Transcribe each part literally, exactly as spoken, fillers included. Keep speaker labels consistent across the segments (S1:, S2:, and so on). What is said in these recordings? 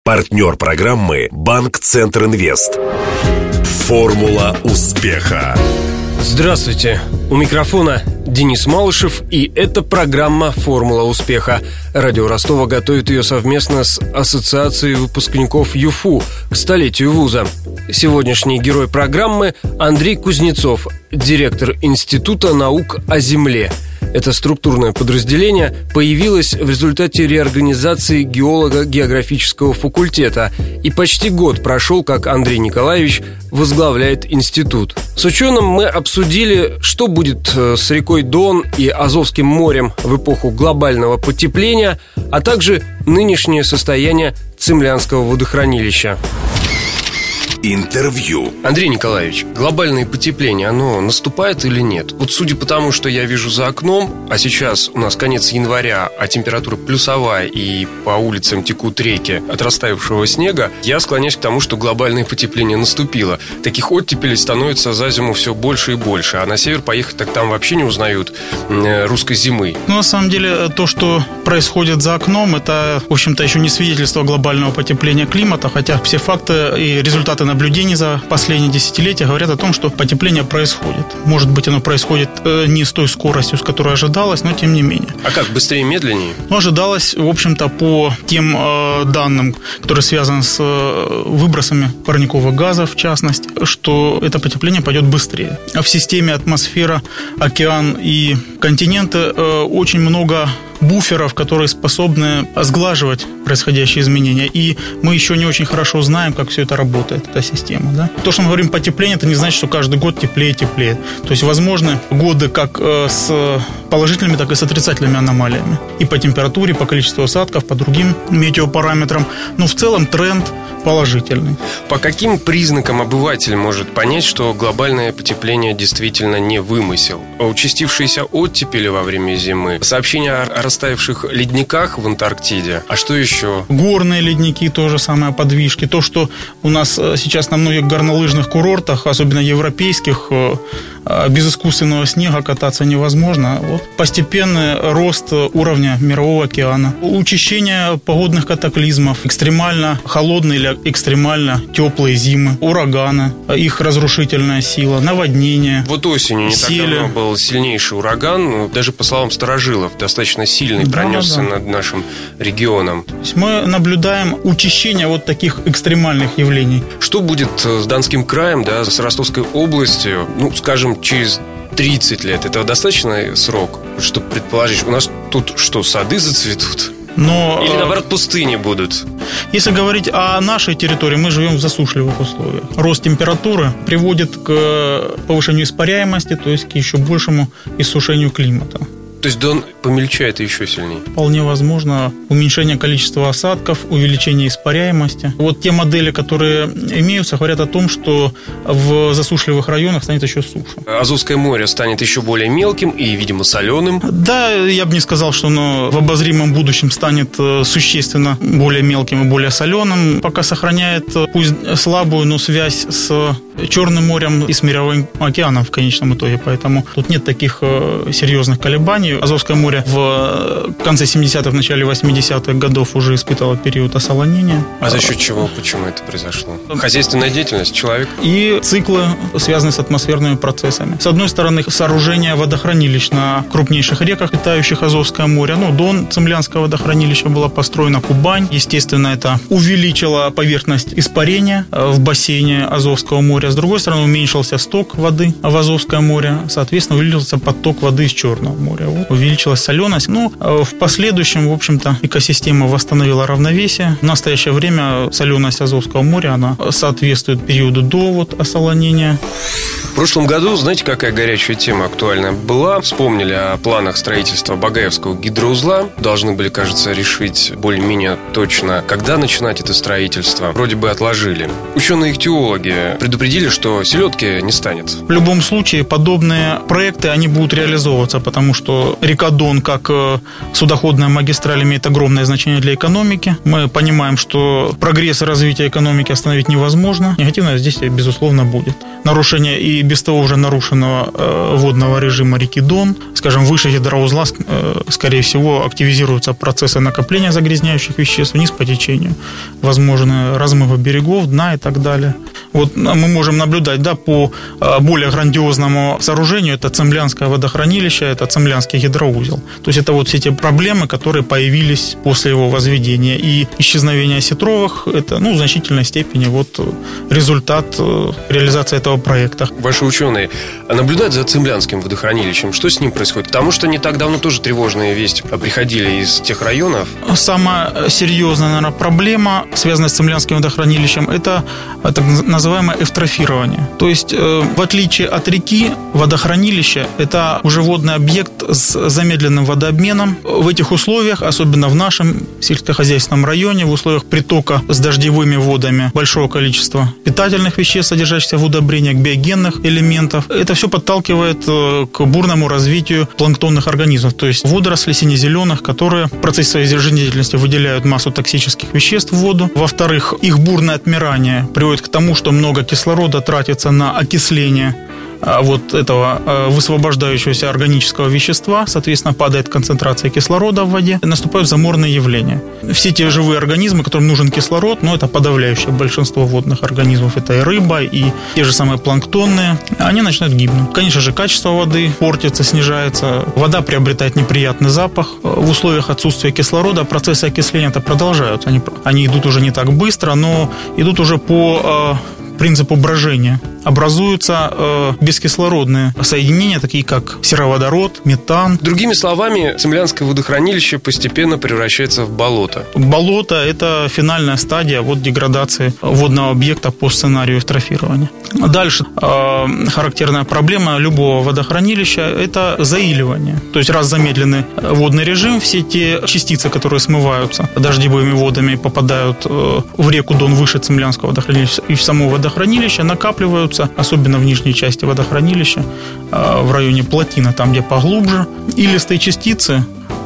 S1: Партнер программы «Банк Центр Инвест». Формула успеха.
S2: Здравствуйте, у микрофона Денис Малышев, и это программа «Формула успеха». Радио Ростова готовит ее совместно с Ассоциацией выпускников ЮФУ к столетию вуза. Сегодняшний герой программы Андрей Кузнецов, директор Института наук о земле. Это структурное подразделение появилось в результате реорганизации геолого-географического факультета, и почти год прошел, как Андрей Николаевич возглавляет институт. С ученым мы обсудили, что будет с рекой Дон и Азовским морем в эпоху глобального потепления, а также нынешнее состояние Цимлянского водохранилища.
S1: Интервью.
S2: Андрей Николаевич, глобальное потепление, оно наступает или нет? Вот судя по тому, что я вижу за окном, а сейчас у нас конец января, а температура плюсовая и по улицам текут реки от растаявшего снега, я склоняюсь к тому, что глобальное потепление наступило. Таких оттепелей становится за зиму все больше и больше, а на север поехать так там вообще не узнают русской зимы.
S3: Ну, на самом деле, то, что происходит за окном, это, в общем-то, еще не свидетельство глобального потепления климата, хотя все факты и результаты наблюдений за последние десятилетия говорят о том, что потепление происходит. Может быть, оно происходит э, не с той скоростью, с которой ожидалось, но тем не менее.
S2: А как, быстрее, медленнее?
S3: Ну, ожидалось, в общем-то, по тем э, данным, которые связаны с э, выбросами парниковых газов, в частности, что это потепление пойдет быстрее. А в системе атмосфера, океан и континенты э, очень много буферов, которые способны сглаживать происходящие изменения. И мы еще не очень хорошо знаем, как все это работает, эта система. Да? То, что мы говорим потепление, это не значит, что каждый год теплее и теплее. То есть возможны годы как с положительными, так и с отрицательными аномалиями. И по температуре, по количеству осадков, по другим метеопараметрам. Но в целом тренд положительный.
S2: По каким признакам обыватель может понять, что глобальное потепление действительно не вымысел? Участившиеся оттепели во время зимы, сообщения о растаявших ледниках в Антарктиде. А что еще?
S3: Горные ледники, то же самое, подвижки. То, что у нас сейчас на многих горнолыжных курортах, особенно европейских, без искусственного снега кататься невозможно. Вот постепенный рост уровня мирового океана. Учащение погодных катаклизмов, экстремально холодные или экстремально теплые зимы, ураганы, их разрушительная сила, наводнения.
S2: Вот осенью не так давно был сильнейший ураган, даже по словам старожилов, достаточно сильный, да, пронесся да. над нашим регионом.
S3: То есть мы наблюдаем учащение вот таких экстремальных явлений.
S2: Что будет с Донским краем, да, с Ростовской областью, ну, скажем, через тридцать лет? Этого достаточно срок, чтобы предположить, у нас тут что, сады зацветут?
S3: Но,
S2: Или, наоборот, пустыни будут?
S3: Если говорить о нашей территории, мы живем в засушливых условиях. Рост температуры приводит к повышению испаряемости, то есть к еще большему иссушению климата.
S2: То есть Дон помельчает еще сильнее?
S3: Вполне возможно уменьшение количества осадков, увеличение испаряемости. Вот те модели, которые имеются, говорят о том, что в засушливых районах станет еще суше.
S2: Азовское море станет еще более мелким и, видимо, соленым.
S3: Да, я бы не сказал, что оно в обозримом будущем станет существенно более мелким и более соленым. Пока сохраняет, пусть слабую, но связь с Черным морем и с Мировым океаном в конечном итоге. Поэтому тут нет таких серьезных колебаний. Азовское море в конце семидесятых, в начале восьмидесятых годов уже испытало период осолонения.
S2: А за счет чего? Почему это произошло? Хозяйственная деятельность человека?
S3: И циклы, связанные с атмосферными процессами. С одной стороны, сооружение водохранилищ на крупнейших реках, питающих Азовское море. Ну, Дон, Цимлянское водохранилище было построено, Кубань. Естественно, это увеличило поверхность испарения в бассейне Азовского моря. С другой стороны, уменьшился сток воды в Азовское море. Соответственно, увеличился поток воды из Черного моря. Увеличилась соленость. Ну, в последующем, в общем-то, экосистема восстановила равновесие. В настоящее время соленость Азовского моря, она соответствует периоду до вот осолонения.
S2: В прошлом году, знаете, какая горячая тема актуальная была? Вспомнили о планах строительства Багаевского гидроузла. Должны были, кажется, решить более-менее точно, когда начинать это строительство. Вроде бы отложили. Ученые-ихтиологи предупредили, что селедки не станет.
S3: В любом случае, подобные проекты, они будут реализовываться, потому что река Дон, как судоходная магистраль, имеет огромное значение для экономики. Мы понимаем, что прогресс и развитие экономики остановить невозможно. Негативное воздействие, безусловно, будет. Нарушение и и без того уже нарушенного э, водного режима реки Дон, скажем, выше гидроузла, э, скорее всего, активизируются процессы накопления загрязняющих веществ вниз по течению, возможно, размывы берегов, дна и так далее. Вот мы можем наблюдать, да, по более грандиозному сооружению, это Цемлянское водохранилище, это Цемлянский гидроузел. То есть это вот все те проблемы, которые появились после его возведения. И исчезновение осетровых – это, ну, в значительной степени вот результат реализации этого проекта.
S2: Ваши ученые наблюдают за Цемлянским водохранилищем. Что с ним происходит? Потому что не так давно тоже тревожные вести приходили из тех районов.
S3: Самая серьезная, наверное, проблема, связанная с Цемлянским водохранилищем, это так называемое эвтрофирование. То есть, в отличие от реки, водохранилище – это уже водный объект с замедленным водообменом. В этих условиях, особенно в нашем сельскохозяйственном районе, в условиях притока с дождевыми водами большого количества питательных веществ, содержащихся в удобрениях, биогенных элементов, это все подталкивает к бурному развитию планктонных организмов, то есть водорослей сине-зеленых, которые в процессе своей жизнедеятельности выделяют массу токсических веществ в воду. Во-вторых, их бурное отмирание приводит к тому, что много кислорода тратится на окисление вот этого высвобождающегося органического вещества, соответственно, падает концентрация кислорода в воде, и наступают заморные явления. Все те живые организмы, которым нужен кислород, но это подавляющее большинство водных организмов, это и рыба, и те же самые планктонные, они начинают гибнуть. Конечно же, качество воды портится, снижается, вода приобретает неприятный запах. В условиях отсутствия кислорода процессы окисления-то продолжаются, они, они идут уже не так быстро, но идут уже по принципу брожения. Образуются э, бескислородные соединения, такие как сероводород, метан.
S2: Другими словами, Цемлянское водохранилище постепенно превращается в болото.
S3: Болото – это финальная стадия вот, деградации водного объекта по сценарию эвтрофирования. Дальше э, характерная проблема любого водохранилища – это заиливание. То есть раз замедленный водный режим, все те частицы, которые смываются дождевыми водами, попадают э, в реку Дон выше Цемлянского водохранилища и в само водохранилище, накапливаются, особенно в нижней части водохранилища, в районе плотины, там, где поглубже. И листые частицы –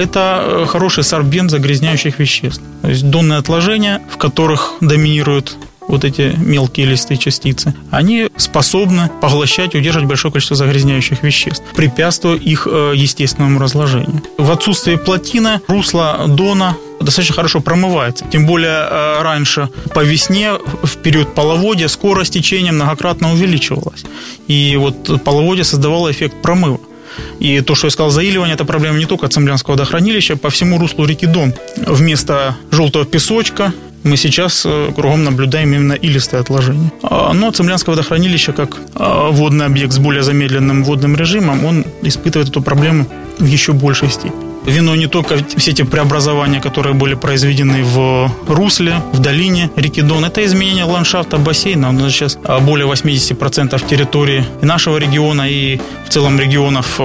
S3: это хороший сорбент загрязняющих веществ. То есть донные отложения, в которых доминируют вот эти мелкие листые частицы, они способны поглощать и удерживать большое количество загрязняющих веществ, препятствуя их естественному разложению. В отсутствие плотины русло Дона достаточно хорошо промывается. Тем более раньше по весне в период половодья скорость течения многократно увеличивалась. И вот половодье создавало эффект промыва. И то, что я сказал, заиливание – это проблема не только Цемлянского водохранилища, по всему руслу реки Дон. Вместо желтого песочка мы сейчас кругом наблюдаем именно илистое отложение. Но Цемлянское водохранилище, как водный объект с более замедленным водным режимом, он испытывает эту проблему в еще большей степени. Виной не только все эти преобразования, которые были произведены в русле, в долине реки Дон. Это изменение ландшафта бассейна. У нас сейчас более восемьдесят процентов территории и нашего региона, и в целом регионов,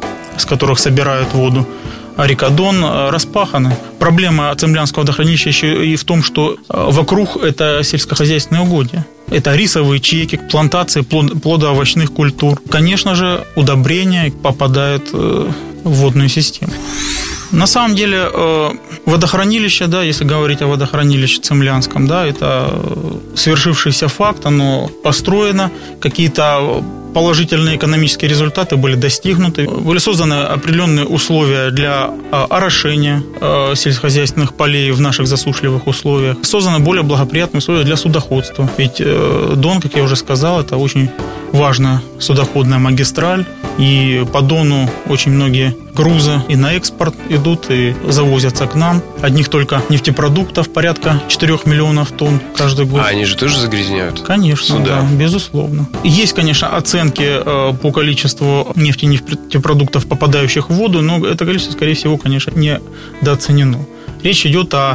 S3: с которых собирают воду река Дон, распаханы. Проблема Цемлянского водохранилища еще и в том, что вокруг это сельскохозяйственные угодья. Это рисовые чеки, плантации плодоовощных культур. Конечно же, удобрения попадают в водную систему. На самом деле, водохранилище, да, если говорить о водохранилище Цемлянском, да, это свершившийся факт, оно построено, какие-то положительные экономические результаты были достигнуты, были созданы определенные условия для орошения сельскохозяйственных полей в наших засушливых условиях, созданы более благоприятные условия для судоходства. Ведь Дон, как я уже сказал, это очень важная судоходная магистраль, и по Дону очень многие грузы и на экспорт идут, и завозятся к нам. Одних только нефтепродуктов порядка четырёх миллионов тонн каждый год.
S2: А они же тоже загрязняют?
S3: Конечно, суда. Да, безусловно. Есть, конечно, оценки по количеству нефти и нефтепродуктов, попадающих в воду, но это количество, скорее всего, конечно, недооценено. Речь идет о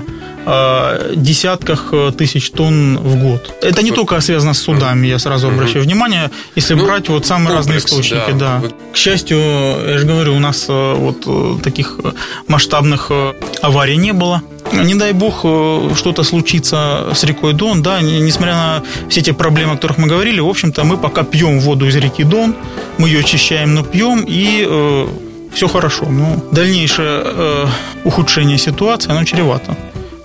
S3: десятках тысяч тонн в год. Это не только связано с судами, я сразу обращаю угу. внимание, если ну, брать вот самые комплекс, разные источники. Да. Да. К счастью, я же говорю, у нас вот таких масштабных аварий не было. Не дай бог что-то случится с рекой Дон, да, несмотря на все те проблемы, о которых мы говорили, в общем-то, мы пока пьем воду из реки Дон, мы ее очищаем, но пьем, и э, все хорошо. Но дальнейшее э, ухудшение ситуации, оно чревато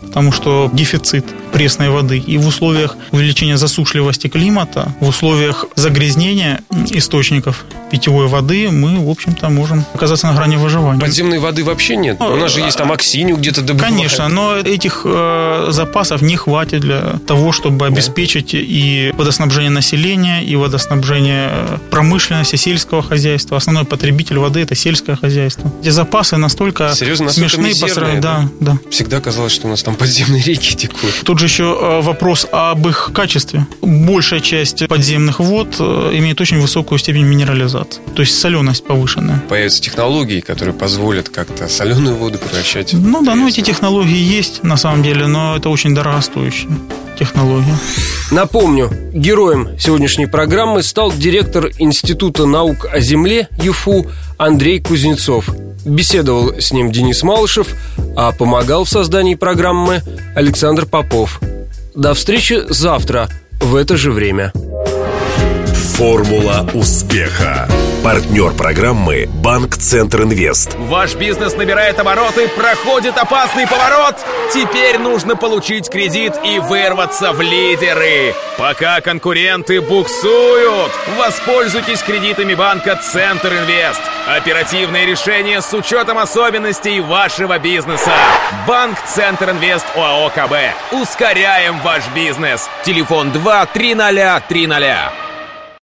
S3: потому что дефицит пресной воды. И в условиях увеличения засушливости климата, в условиях загрязнения источников питьевой воды мы, в общем-то, можем оказаться на грани выживания.
S2: Подземной воды вообще нет? У нас же есть там Аксинью где-то добывают.
S3: Конечно, но этих э, запасов не хватит для того, чтобы обеспечить и водоснабжение населения, и водоснабжение промышленности, сельского хозяйства. Основной потребитель воды – это сельское хозяйство. Эти запасы настолько
S2: Серьезно, настолько
S3: смешные по сравнению.
S2: да?
S3: Да, да.
S2: Всегда казалось, что у нас там подземные реки текут.
S3: Тут же еще вопрос об их качестве. Большая часть подземных вод имеет очень высокую степень минерализации. То есть соленость повышенная.
S2: Появятся технологии, которые позволят как-то соленую воду превращать в...
S3: Ну да, ну эти технологии есть на самом деле, но это очень дорогостоящие технологии.
S2: Напомню, героем сегодняшней программы стал директор Института наук о земле ЮФУ Андрей Кузнецов. Беседовал с ним Денис Малышев, а помогал в создании программы Александр Попов. До встречи завтра в это же время.
S1: Формула успеха. Партнер программы «Банк Центр Инвест».
S4: Ваш бизнес набирает обороты, проходит опасный поворот. Теперь нужно получить кредит и вырваться в лидеры. Пока конкуренты буксуют, воспользуйтесь кредитами банка Центр Инвест. Оперативные решения с учетом особенностей вашего бизнеса. Банк Центр Инвест ОАО КБ. Ускоряем ваш бизнес. Телефон два три ноль три ноль.